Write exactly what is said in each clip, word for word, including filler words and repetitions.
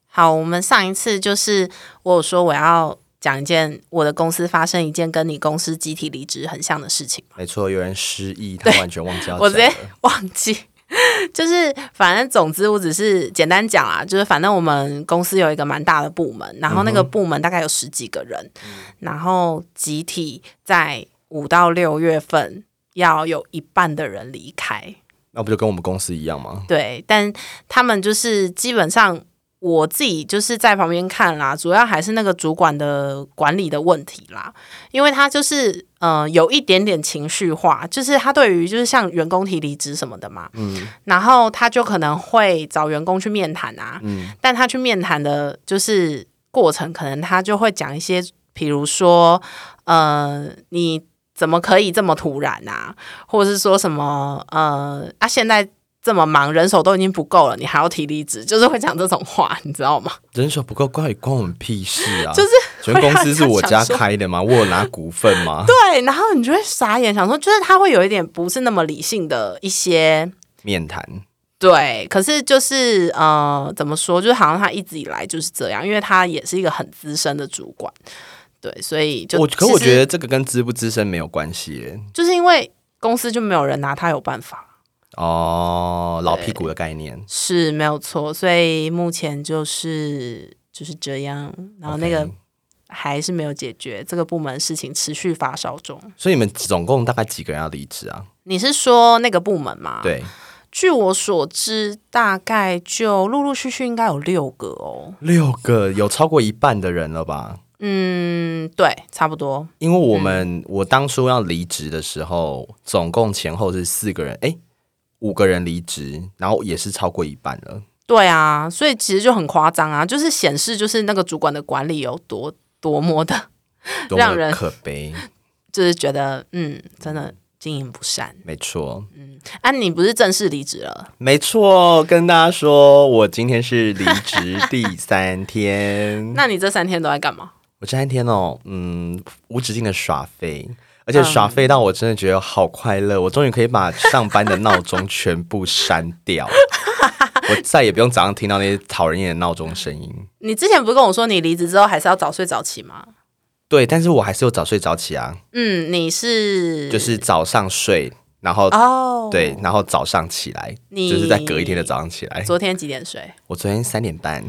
好，我们上一次就是我有说我要讲一件我的公司发生一件跟你公司集体离职很像的事情。 没错，有人失忆，他完全忘记要讲了。 我直接忘记。就是反正总之我只是简单讲啦，就是反正我们公司有一个蛮大的部门，然后那个部门大概有十几个人，嗯、然后集体在五到六月份要有一半的人离开。 那不就跟我们公司一样吗？ 对，但他们就是基本上我自己就是在旁边看啦，主要还是那个主管的管理的问题啦，因为他就是呃有一点点情绪化，就是他对于就是像员工提离职什么的嘛，嗯，然后他就可能会找员工去面谈啊，嗯，但他去面谈的就是过程，可能他就会讲一些，比如说呃你怎么可以这么突然啊，或者是说什么呃啊现在这么忙，人手都已经不够了，你还要提离职，就是会讲这种话，你知道吗？ 人手不够，关关我们屁事啊！ 就是全公司是我家开的吗？我有拿股份吗？ 对，然后你就会傻眼，想说，就是他会有一点不是那么理性的一些面谈。 对，可是就是呃，怎么说？就是好像他一直以来就是这样，因为他也是一个很资深的主管，对，所以就我可我觉得这个跟资不资深没有关系耶， 就是因为公司就没有人拿他有办法。 哦，老屁股的概念是没有错，所以目前就是就是这样，然后那个还是没有解决， okay. 这个部门事情持续发烧中。 所以你们总共大概几个人要离职啊？ 你是说那个部门吗？ 对， 据我所知，大概就陆陆续续应该有六个哦。 六个，有超过一半的人了吧？ 嗯，对，差不多。 因为我们、嗯、我当初要离职的时候，总共前后是四个人，哎。五个人离职，然后也是超过一半了。 对啊，所以其实就很夸张啊，就是显示就是那个主管的管理有多多么的让人可悲， 就是觉得嗯，真的经营不善。 没错， 嗯，啊，你不是正式离职了？ 没错，跟大家说，我今天是离职第三天。 那你这三天都在干嘛？ 我这三天哦，嗯，无止境的耍废。而且耍废到我真的觉得好快乐，我终于可以把上班的闹钟全部删掉，我再也不用早上听到那些讨人厌的闹钟声音。 你之前不是跟我说你离职之后还是要早睡早起吗？ 对，但是我还是有早睡早起啊。 嗯，你是就是早上睡，然后、oh, 对，然后早上起来，就是在隔一天的早上起来。 昨天几点睡？ 我昨天三点半。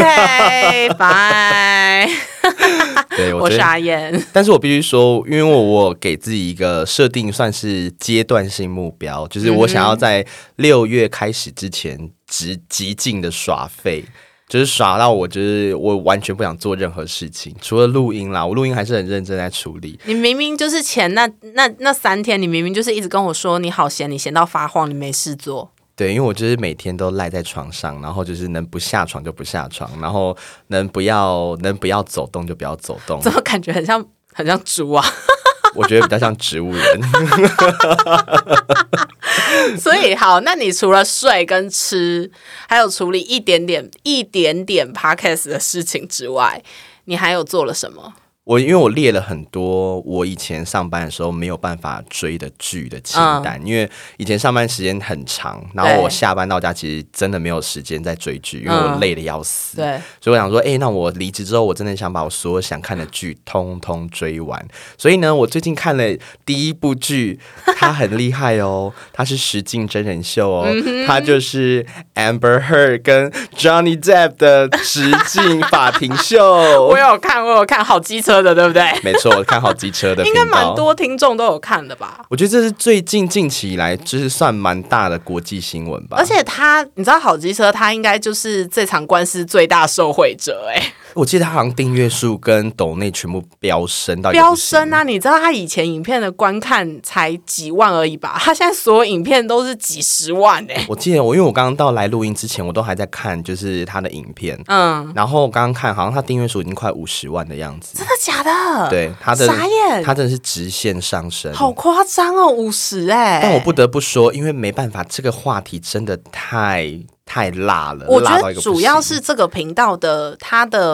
OK， 拜。 对，我, 我傻眼。 但是我必须说，因为我我给自己一个设定，算是阶段性目标，就是我想要在六月开始之前极极尽的耍废。就是耍到我，就是我完全不想做任何事情，除了录音啦，我录音还是很认真在处理。 你明明就是前那那那三天，你明明就是一直跟我说你好闲，你闲到发慌，你没事做。 对，因为我就是每天都赖在床上，然后就是能不下床就不下床，然后能不要能不要走动就不要走动。 怎么感觉很像很像猪啊？ 我觉得比较像植物人。 所以好，那你除了睡跟吃，还有处理一点点一点点 podcast 的事情之外，你还有做了什么？ 我因为我列了很多我以前上班的时候没有办法追的剧的清单、嗯、因为以前上班时间很长，然后我下班到家其实真的没有时间在追剧，因为我累得要死、嗯、对，所以我想说哎、欸，那我离职之后我真的想把我所有想看的剧通通追完，所以呢我最近看了第一部剧，它很厉害哦，它是实境真人秀哦、嗯、它就是 Amber Heard 跟 Johnny Depp 的实境法庭秀。 我有看我有看，好机车的对不对？ 没错，我看好机车的频道， 应该蛮多听众都有看的吧？ 我觉得这是最近近期以来就是算蛮大的国际新闻吧。 而且他，你知道好机车，他应该就是这场官司最大受惠者哎、欸。 我记得他好像订阅数跟抖内全部飙升到飙升啊！你知道他以前影片的观看才几万而已吧？他现在所有影片都是几十万哎、欸！ 我记得我因为我刚刚到来录音之前，我都还在看就是他的影片，嗯，然后刚刚看好像他订阅数已经快五十万的样子。 真的假的？ 对，他的傻眼， 他真的是直线上升， 好夸张哦，五十哎！ 但我不得不说，因为没办法，这个话题真的太太辣了。 我觉得主要是这个频道的它的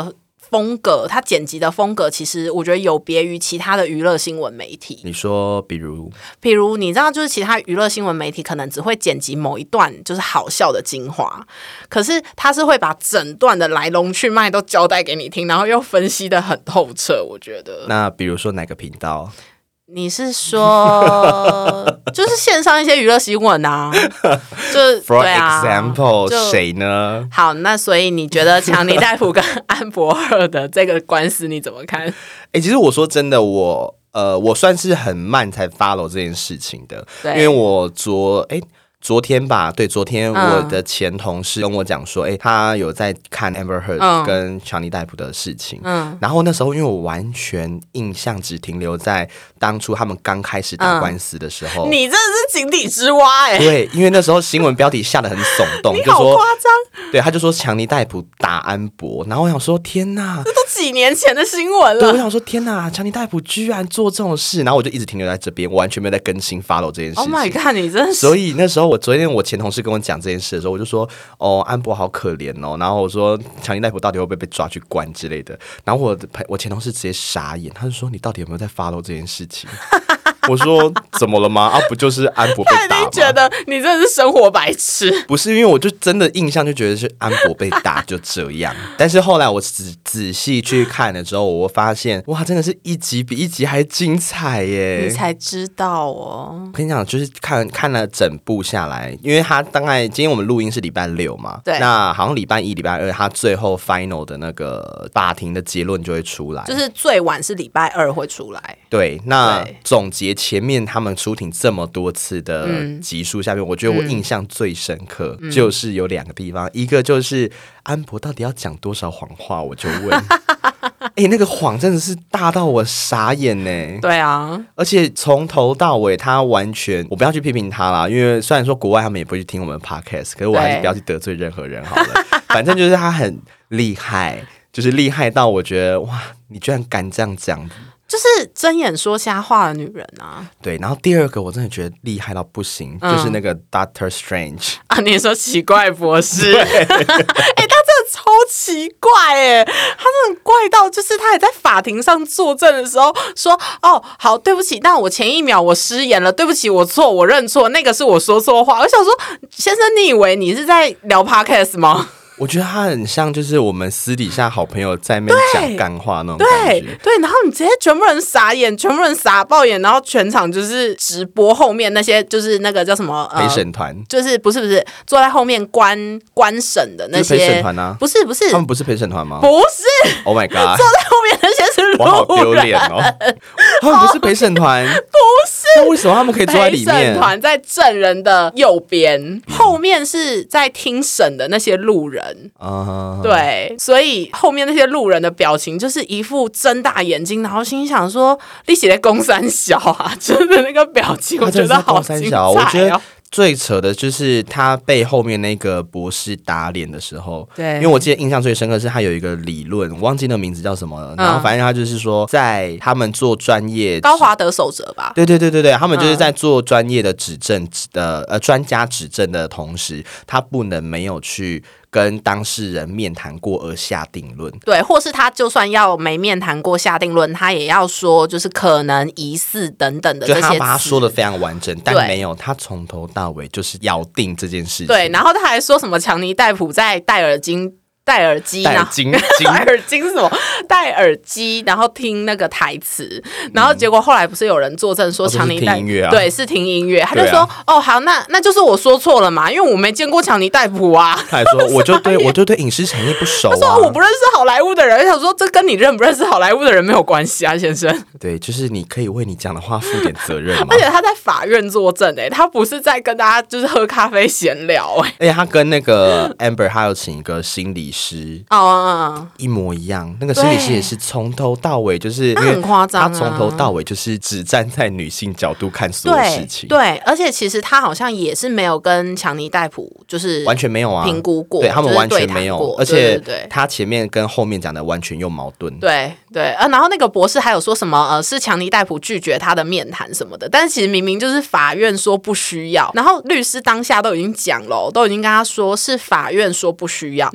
风格，他剪辑的风格，其实我觉得有别于其他的娱乐新闻媒体。 你说，比如， 比如你知道，就是其他娱乐新闻媒体可能只会剪辑某一段就是好笑的精华，可是他是会把整段的来龙去脉都交代给你听，然后又分析的很透彻。我觉得， 那比如说哪个频道？ 你是说就是线上一些娱乐新闻啊？就 For 对啊 example， 谁呢？ 好，那所以你觉得强尼戴普跟安博赫的这个官司你怎么看？ 哎、欸，其实我说真的，我呃，我算是很慢才 follow 这件事情的，因为我昨哎。欸昨天吧，对，昨天我的前同事跟我讲说，哎、嗯欸，他有在看 Amber Heard 跟强尼戴普的事情，嗯，然后那时候因为我完全印象只停留在当初他们刚开始打官司的时候， 嗯、你真的是井底之蛙哎、欸， 对，因为那时候新闻标题下得很耸动， 你好夸张， 对，他就说强尼戴普打安博，然后我想说天哪， 这都几年前的新闻了， 对，我想说天哪，强尼戴普居然做这种事，然后我就一直停留在这边，我完全没有在更新 follow 这件事情。 Oh my god， 你真是， 所以那时候我昨天我前同事跟我讲这件事的时候，我就说哦，安博好可怜哦，然后我说强尼戴普到底会不会被抓去关之类的，然后我的我前同事直接傻眼，他就说你到底有没有在 follow 这件事情？我说怎么了吗？啊，不就是安博被打吗？ 他已经觉得你真的是生活白痴。 不是，因为我就真的印象就觉得是安博被打就这样，但是后来我仔仔细去看了之后，我发现哇，真的是一集比一集还精彩耶！ 你才知道哦。 我跟你讲，就是看看了整部下来，因为他大概今天我们录音是礼拜六嘛， 对， 那好像礼拜一、礼拜二，他最后 final 的那个法庭的结论就会出来， 就是最晚是礼拜二会出来。 对，那总结前面他们出庭这么多次的集数下面，嗯、我觉得我印象最深刻就是有两个地方，嗯、一个就是安博到底要讲多少谎话，我就问，哎、欸，那个谎真的是大到我傻眼呢。 对啊， 而且从头到尾他完全，我不要去批评他啦，因为虽然说国外他们也不会去听我们的 podcast， 可是我还是不要去得罪任何人好了。反正就是他很厉害，就是厉害到我觉得哇，你居然敢这样讲。 就是睁眼说瞎话的女人啊！ 对，然后第二个我真的觉得厉害到不行，嗯、就是那个 Doctor Strange 啊，你说奇怪博士，哎、欸，他真的超奇怪哎，他真的怪到就是他也在法庭上作证的时候说，哦，好，对不起，但我前一秒我失言了，对不起，我错，我认错，那个是我说错话。我想说，先生，你以为你是在聊 podcast 吗？ 我觉得他很像，就是我们私底下好朋友在那边讲干话那种感觉。 对对，然后你直接全部人傻眼，全部人傻爆眼，然后全场就是直播后面那些就是那个叫什么、呃、 陪审团， 就是不是不是坐在后面观观审的那些陪审团啊？ 不是不是， 他们不是陪审团吗？ 不是 ，Oh my god， 坐在后面那些是路人， 我好丢脸哦！他们不是陪审团， 不是， 那为什么他们可以坐在里面？ 陪审团在证人的右边，嗯、后面是在听审的那些路人啊。Uh对，所以后面那些路人的表情就是一副睁大眼睛，然后心想说：“你写在公三小啊！”真的那个表情，我觉得好精彩、哦。 我觉得最扯的就是他被后面那个博士打脸的时候， 对， 因为我记得印象最深刻是他有一个理论，我忘记那个名字叫什么了。嗯、然后反正他就是说，在他们做专业高华德守则吧， 对对对对对，他们就是在做专业的指证的、嗯、呃专家指证的同时，他不能没有去跟当事人面谈过而下定论， 对，或是他就算要没面谈过下定论，他也要说就是可能、疑似等等的这些词， 就他把他说的非常完整，但没有，他从头到尾就是咬定这件事情。 对，然后他还说什么强尼戴普在戴耳机。戴耳机， 戴耳机， 戴耳机是什么？戴耳机，然后听那个台词，然后结果后来不是有人作证说强尼戴、 哦啊、 对是听音乐，他就说、啊、哦好，那那就是我说错了嘛，因为我没见过强尼戴普啊。 他还说我就对我就对影视产业不熟、啊， 他说我不认识好莱坞的人，想说这跟你认不认识好莱坞的人没有关系啊，先生。 对，就是你可以为你讲的话负点责任嘛。 而且他在法院作证哎、欸，他不是在跟大家就是喝咖啡闲聊哎、 欸，而且他跟那个 Amber 他有请一个心理师哦。嗯， 一模一样，那个心理师也是从头到尾就是他很夸张、啊， 他从头到尾就是只站在女性角度看所有事情。 对，对，而且其实他好像也是没有跟强尼戴普就是完全没有啊评估过， 对他们完全没有， 就是、 而且对对对他前面跟后面讲的完全又矛盾。 对对，啊，然后那个博士还有说什么呃是强尼戴普拒绝他的面谈什么的，但是其实明明就是法院说不需要，然后律师当下都已经讲了，都已经跟他说是法院说不需要，然后他还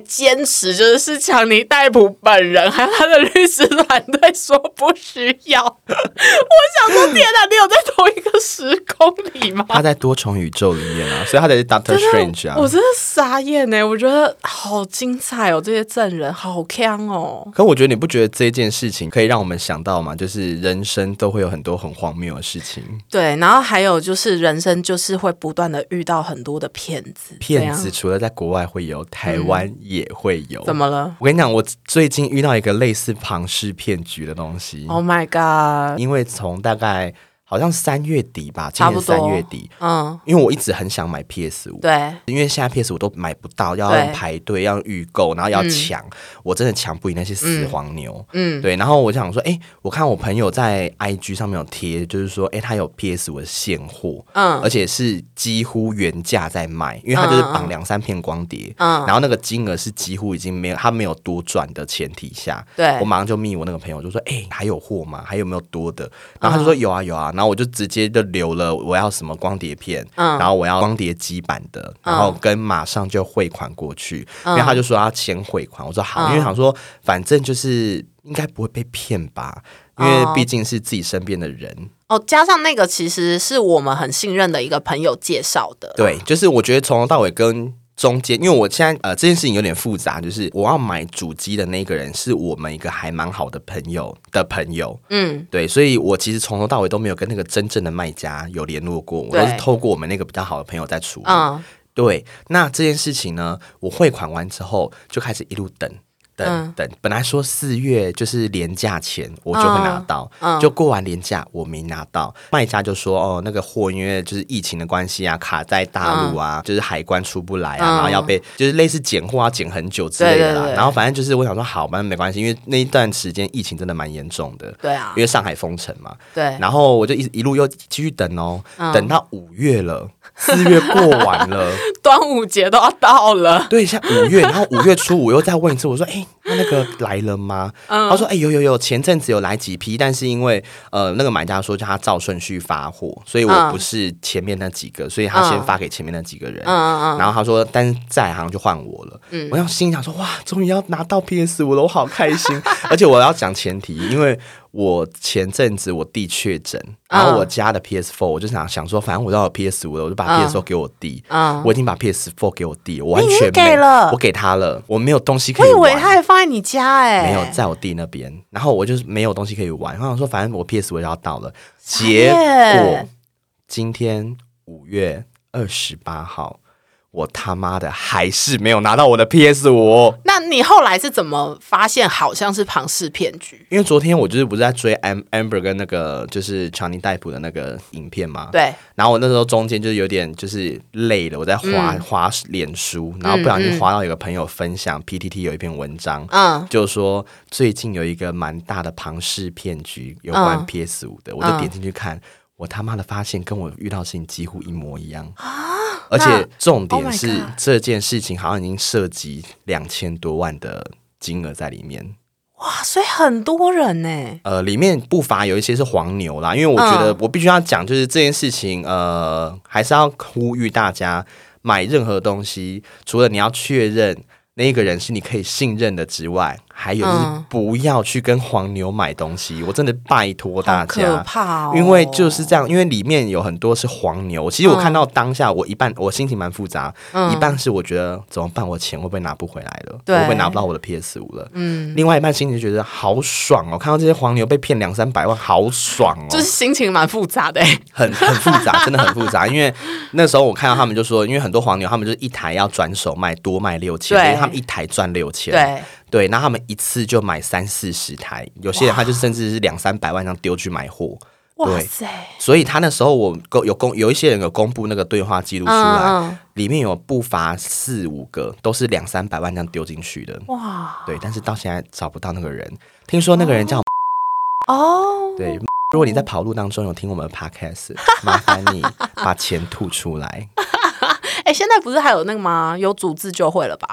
坚持就是是强尼戴普本人还有他的律师团队说不需要。我想说天哪，你有在同一个时空里吗？ 他在多重宇宙里面啊，所以他才是 Doctor Strange 啊。 我真的傻眼耶，我觉得好精彩哦，这些证人好强哦。 可我觉得你不觉得这件事情可以让我们想到吗？就是人生都会有很多很荒谬的事情。 对，然后还有就是人生就是会不断的遇到很多的骗子， 骗子除了在国外会有，台湾也会有、嗯、 怎么了？ 我跟你讲，我最近遇到一个类似庞氏骗局的东西。 Oh my god。 因为从大概好像三月底吧，今年三月底，嗯，因为我一直很想买 P S 五， 对， 因为现在 P S 五都买不到，要排队，要预购，然后要抢、嗯，我真的抢不赢那些死黄牛，嗯，对，然后我就想说，哎、欸，我看我朋友在 I G 上面有贴，就是说，哎、欸，他有 P S 五的现货，嗯，而且是几乎原价在卖，因为他就是绑两三片光碟，嗯，然后那个金额是几乎已经没有，他没有多赚的前提下，对，我马上就密我那个朋友，就说，哎、欸，还有货吗？还有没有多的？然后他就说有啊有啊。然后我就直接就留了我要什么光碟片、嗯、然后我要光碟机版的，然后跟马上就汇款过去、嗯、因为他就说要先汇款，我说好、嗯、因为想说反正就是应该不会被骗吧，因为毕竟是自己身边的人哦，加上那个其实是我们很信任的一个朋友介绍的。 对，就是我觉得从头到尾跟中间，因为我现在呃这件事情有点复杂，就是我要买主机的那个人是我们一个还蛮好的朋友的朋友，嗯，对，所以我其实从头到尾都没有跟那个真正的卖家有联络过，我都是透过我们那个比较好的朋友在处理。嗯，对，那这件事情呢，我汇款完之后就开始一路等。等等，本来说四月就是连假前我就会拿到，嗯嗯、就过完连假我没拿到，卖家就说哦那个货因为就是疫情的关系啊卡在大陆啊、嗯，就是海关出不来啊、嗯，然后要被就是类似检货要检很久之类的啦，对对对，然后反正就是我想说好，反正没关系，因为那一段时间疫情真的蛮严重的，对啊，因为上海封城嘛，对，然后我就一一路又继续等哦，嗯、等到五月了，四月过完了， 端午节都要到了， 对，像五月，然后五月初我又再问一次，我说哎。欸那那个来了吗？嗯、他说：“哎、欸，有有有，前阵子有来几批，但是因为呃那个买家说叫他照顺序发货，所以我不是前面那几个，所以他先发给前面那几个人。嗯嗯嗯、然后他说，但是再好像就换我了。嗯、我想心想说，哇，终于要拿到 P S 五了，我好开心！而且我要讲前提，因为我前阵子我弟确诊，然后我家的 P S 四，我就想想说，反正我要有 P S 五了，我就把 P S 四给我弟。嗯、我已经把 P S 四给我弟，我完全没了，我给他了，我没有东西可以玩。 我以为他还放在你家哎、欸， 没有，在我弟那边。然后我就是没有东西可以玩，然后我想说，反正我 P S 五要到了，结果今天五月二十八号。我他妈的还是没有拿到我的 P S 五。 那你后来是怎么发现好像是庞氏骗局？ 因为昨天我就是不是在追 Amber 跟那个就是强尼戴普的那个影片嘛， 对。 然后我那时候中间就是有点就是累了，我在滑、嗯、滑脸书，然后不小心滑到有个朋友分享 P T T 有一篇文章，嗯，就说最近有一个蛮大的庞氏骗局有关 P S 五的，嗯、我就点进去看。我他妈的发现跟我遇到的事情几乎一模一样啊！而且重点是、oh、这件事情好像已经涉及两千多万的金额在里面。 哇，所以很多人呢。 呃，里面不乏有一些是黄牛啦，因为我觉得我必须要讲，就是这件事情，呃，还是要呼吁大家买任何东西，除了你要确认那个人是你可以信任的之外，还有就是不要去跟黄牛买东西、嗯、我真的拜托大家， 好可怕哦， 因为就是这样，因为里面有很多是黄牛。其实我看到当下我一半我心情蛮复杂、嗯、一半是我觉得怎么办，我钱会不会拿不回来了，我会不会拿不到我的 P S 五了、嗯、另外一半心情就觉得好爽哦，看到这些黄牛被骗两三百万好爽哦， 就是心情蛮复杂的很很复杂，真的很复杂。因为那时候我看到他们就说，因为很多黄牛他们就是一台要转手卖多卖六千，因为他们一台赚六千，对对，那他们一次就买三四十台，有些人他就甚至是两三百万这样丢去买货。哇塞！所以他那时候我有公有一些人有公布那个对话记录出来，嗯嗯里面有不乏四五个都是两三百万这样丢进去的。哇！对，但是到现在找不到那个人。听说那个人叫哦，对，如果你在跑路当中有听我们的 podcast， 麻烦你把钱吐出来。 哎、欸，现在不是还有那个吗？有组织就会了吧？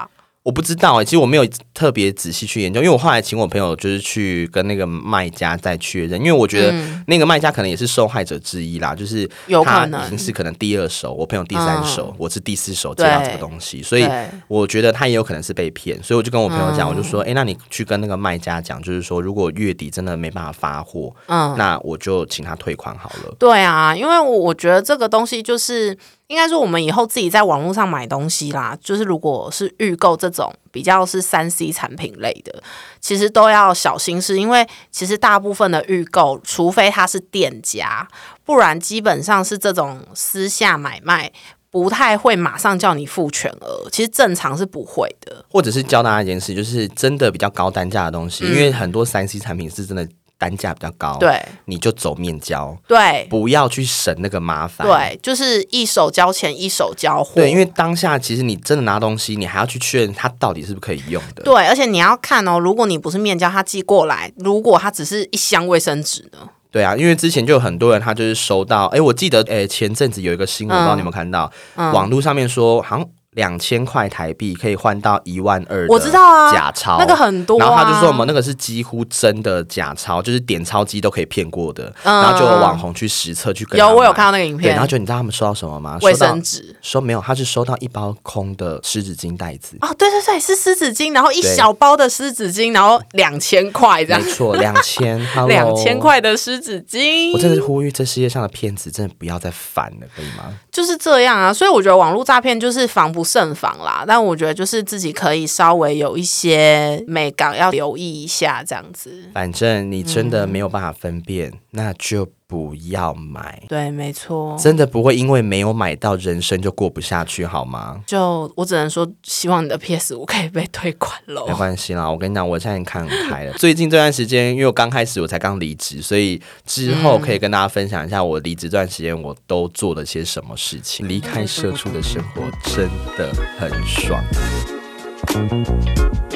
我不知道哎、欸，其实我没有特别仔细去研究，因为我后来请我朋友就是去跟那个卖家再确认，因为我觉得那个卖家可能也是受害者之一啦，就是他已经是可能第二手，我朋友第三手，嗯、我是第四手接到这个东西，所以我觉得他也有可能是被骗，所以我就跟我朋友讲，嗯、我就说，哎、欸，那你去跟那个卖家讲，就是说如果月底真的没办法发货，嗯，那我就请他退款好了。 对啊，因为我觉得这个东西就是应该说我们以后自己在网络上买东西啦，就是如果是预购这种比较是 三 C 产品类的，其实都要小心，是因为其实大部分的预购，除非他是店家，不然基本上是这种私下买卖，不太会马上叫你付全额，其实正常是不会的。 或者是教大家一件事，就是真的比较高单价的东西，嗯、因为很多 三 C 产品是真的单价比较高， 对， 你就走面交， 对， 不要去省那个麻烦， 对，就是一手交钱一手交货， 对，因为当下其实你真的拿东西，你还要去确认它到底是不是可以用的， 对，而且你要看哦，如果你不是面交，他寄过来，如果他只是一箱卫生纸呢？ 对啊，因为之前就有很多人他就是收到，哎，我记得哎前阵子有一个新闻，嗯、不知道你有没有看到，嗯、网络上面说好像两千块台币可以换到一万二， 我知道啊， 假钞那个很多、啊， 然后他就说我们那个是几乎真的假钞，就是点钞机都可以骗过的，嗯、然后就有网红去实测去跟他有我有看到那个影片， 对，然后就你知道他们收到什么吗？ 卫生纸， 说没有，他是收到一包空的湿纸巾袋子。 哦，对对对，是湿纸巾，然后一小包的湿纸巾，然后两千块这样， 没错，两千， 两千块的湿纸巾。 我真的是呼吁这世界上的骗子真的不要再烦了，可以吗？ 就是这样啊，所以我觉得网络诈骗就是防不胜防啦。但我觉得就是自己可以稍微有一些美感要留意一下这样子。 反正你真的没有办法分辨，嗯、那就不要买。 对，没错， 真的不会因为没有买到人生就过不下去好吗？ 就我只能说希望你的 P S 五 可以被退款咯。 没关系啦，我跟你讲，我现在看很开了。最近这段时间因为我刚开始我才刚离职，所以之后可以跟大家分享一下我离职这段时间我都做了些什么事情。离开社畜的生活真的很爽。